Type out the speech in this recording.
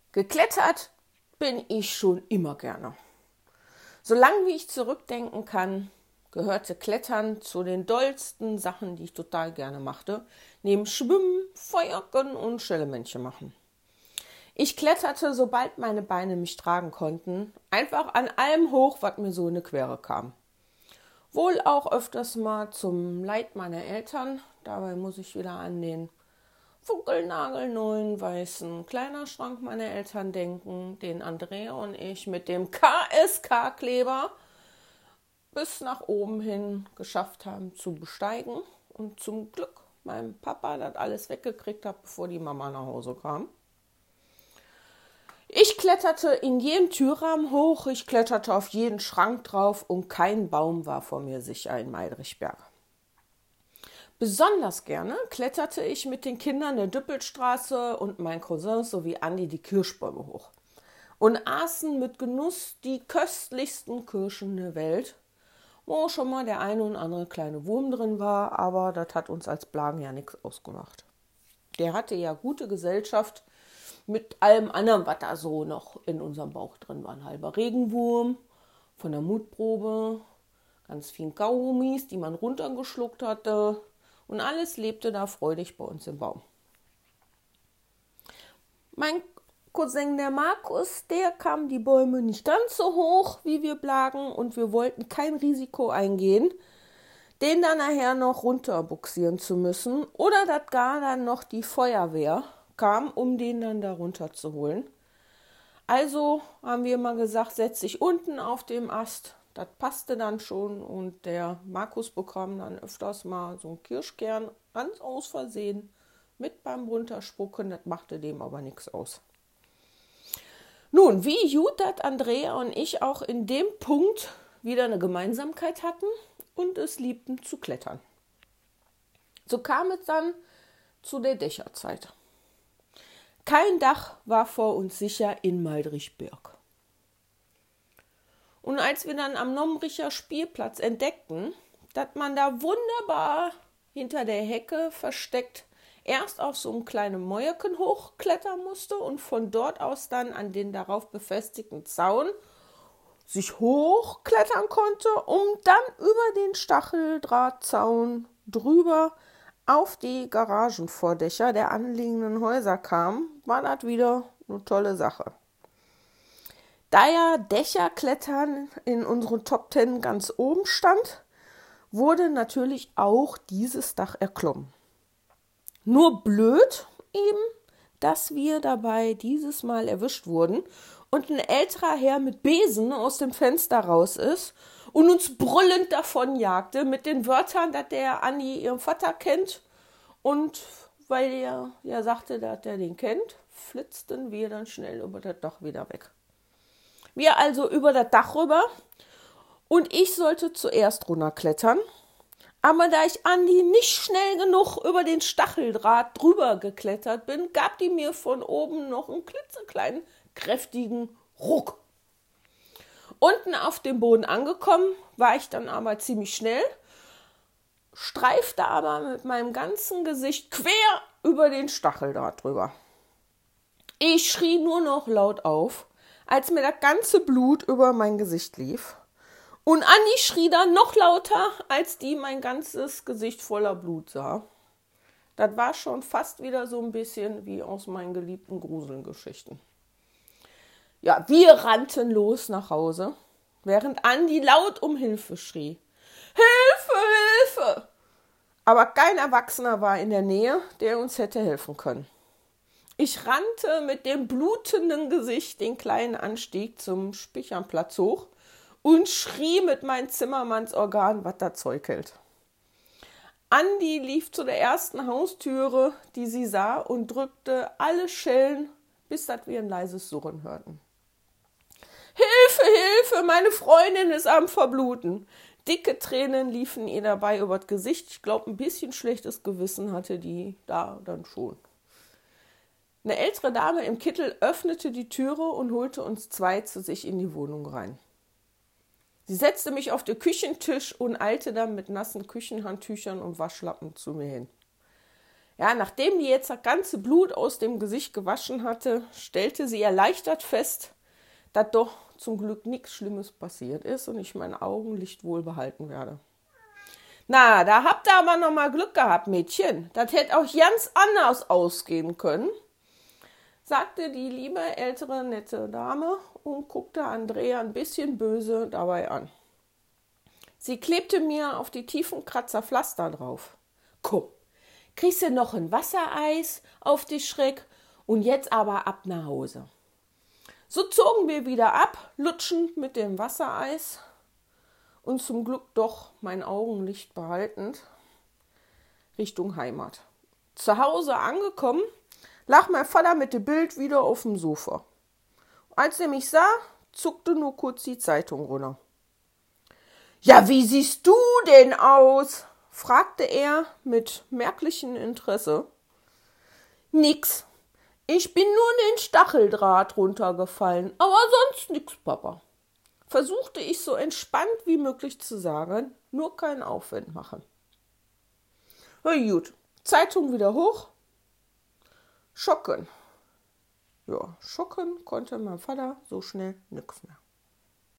Geklettert bin ich schon immer gerne. Solange wie ich zurückdenken kann, gehörte Klettern zu den dollsten Sachen, die ich total gerne machte, neben Schwimmen, Feuerken und Schellemännchen machen. Ich kletterte, sobald meine Beine mich tragen konnten, einfach an allem hoch, was mir so in die Quere kam. Wohl auch öfters mal zum Leid meiner Eltern, dabei muss ich wieder an den funkelnagelneuen weißen Kleiderschrank meiner Eltern denken, den Andrea und ich mit dem KSK-Kleber bis nach oben hin geschafft haben zu besteigen und zum Glück meinem Papa das alles weggekriegt hat, bevor die Mama nach Hause kam. Ich kletterte in jedem Türrahmen hoch, ich kletterte auf jeden Schrank drauf und kein Baum war vor mir sicher in Meidrichberg. Besonders gerne kletterte ich mit den Kindern der Düppelstraße und meinen Cousins sowie Andi die Kirschbäume hoch und aßen mit Genuss die köstlichsten Kirschen der Welt, wo schon mal der eine und andere kleine Wurm drin war, aber das hat uns als Blagen ja nichts ausgemacht. Der hatte ja gute Gesellschaft mit allem anderen, was da so noch in unserem Bauch drin war. Ein halber Regenwurm von der Mutprobe, ganz vielen Kaugummis, die man runtergeschluckt hatte. Und alles lebte da freudig bei uns im Baum. Mein Cousin, der Markus, der kam die Bäume nicht ganz so hoch, wie wir Blagen. Und wir wollten kein Risiko eingehen, den dann nachher noch runterbuxieren zu müssen. Oder dass gar dann noch die Feuerwehr kam, um den dann da runter zu holen. Also haben wir mal gesagt, setz dich unten auf dem Ast. Das passte dann schon und der Markus bekam dann öfters mal so einen Kirschkern ganz aus Versehen mit beim Runterspucken. Das machte dem aber nichts aus. Nun, wie gut, dass Andrea und ich auch in dem Punkt wieder eine Gemeinsamkeit hatten und es liebten zu klettern. So kam es dann zu der Dächerzeit. Kein Dach war vor uns sicher in Meidrichberg. Und als wir dann am Nomricher Spielplatz entdeckten, dass man da wunderbar hinter der Hecke versteckt erst auf so einem kleinen Mäuerchen hochklettern musste und von dort aus dann an den darauf befestigten Zaun sich hochklettern konnte, um dann über den Stacheldrahtzaun drüber auf die Garagenvordächer der anliegenden Häuser kam, war das wieder eine tolle Sache. Da ja Dächerklettern in unseren Top 10 ganz oben stand, wurde natürlich auch dieses Dach erklommen. Nur blöd eben, dass wir dabei dieses Mal erwischt wurden und ein älterer Herr mit Besen aus dem Fenster raus ist und uns brüllend davonjagte mit den Wörtern, dass der Andi ihren Vater kennt. Und weil er ja sagte, dass er den kennt, flitzten wir dann schnell über das Dach wieder weg. Wir also über das Dach rüber und ich sollte zuerst runterklettern. Aber da ich Andi nicht schnell genug über den Stacheldraht drüber geklettert bin, gab die mir von oben noch einen klitzekleinen, kräftigen Ruck. Unten auf dem Boden angekommen war ich dann aber ziemlich schnell, streifte aber mit meinem ganzen Gesicht quer über den Stacheldraht drüber. Ich schrie nur noch laut auf, als mir das ganze Blut über mein Gesicht lief. Und Andi schrie dann noch lauter, als die mein ganzes Gesicht voller Blut sah. Das war schon fast wieder so ein bisschen wie aus meinen geliebten Gruselgeschichten. Ja, wir rannten los nach Hause, während Andi laut um Hilfe schrie. Hilfe, Hilfe! Aber kein Erwachsener war in der Nähe, der uns hätte helfen können. Ich rannte mit dem blutenden Gesicht den kleinen Anstieg zum Spichernplatz hoch und schrie mit meinem Zimmermannsorgan, was das Zeug hält. Andi lief zu der ersten Haustüre, die sie sah, und drückte alle Schellen, bis dass wir ein leises Surren hörten. Hilfe, Hilfe, meine Freundin ist am Verbluten. Dicke Tränen liefen ihr dabei über das Gesicht. Ich glaube, ein bisschen schlechtes Gewissen hatte die da dann schon. Eine ältere Dame im Kittel öffnete die Türe und holte uns zwei zu sich in die Wohnung rein. Sie setzte mich auf den Küchentisch und eilte dann mit nassen Küchenhandtüchern und Waschlappen zu mir hin. Ja, nachdem die jetzt das ganze Blut aus dem Gesicht gewaschen hatte, stellte sie erleichtert fest, dass doch zum Glück nichts Schlimmes passiert ist und ich mein Augenlicht wohl behalten werde. Na, da habt ihr aber noch mal Glück gehabt, Mädchen. Das hätte auch ganz anders ausgehen können, sagte die liebe ältere nette Dame und guckte Andrea ein bisschen böse dabei an. Sie klebte mir auf die tiefen Kratzer Pflaster drauf. Komm, kriegst du noch ein Wassereis auf die Schreck und jetzt aber ab nach Hause. So zogen wir wieder ab, lutschend mit dem Wassereis und zum Glück doch mein Augenlicht behaltend Richtung Heimat. Zu Hause angekommen, lag mein Vater mit dem Bild wieder auf dem Sofa. Als er mich sah, zuckte nur kurz die Zeitung runter. »Ja, wie siehst du denn aus?« fragte er mit merklichem Interesse. »Nix. Ich bin nur in den Stacheldraht runtergefallen, aber sonst nix, Papa«, versuchte ich so entspannt wie möglich zu sagen, nur keinen Aufwand machen. Na gut, Zeitung wieder hoch. Schocken. Ja, schocken konnte mein Vater so schnell nix mehr.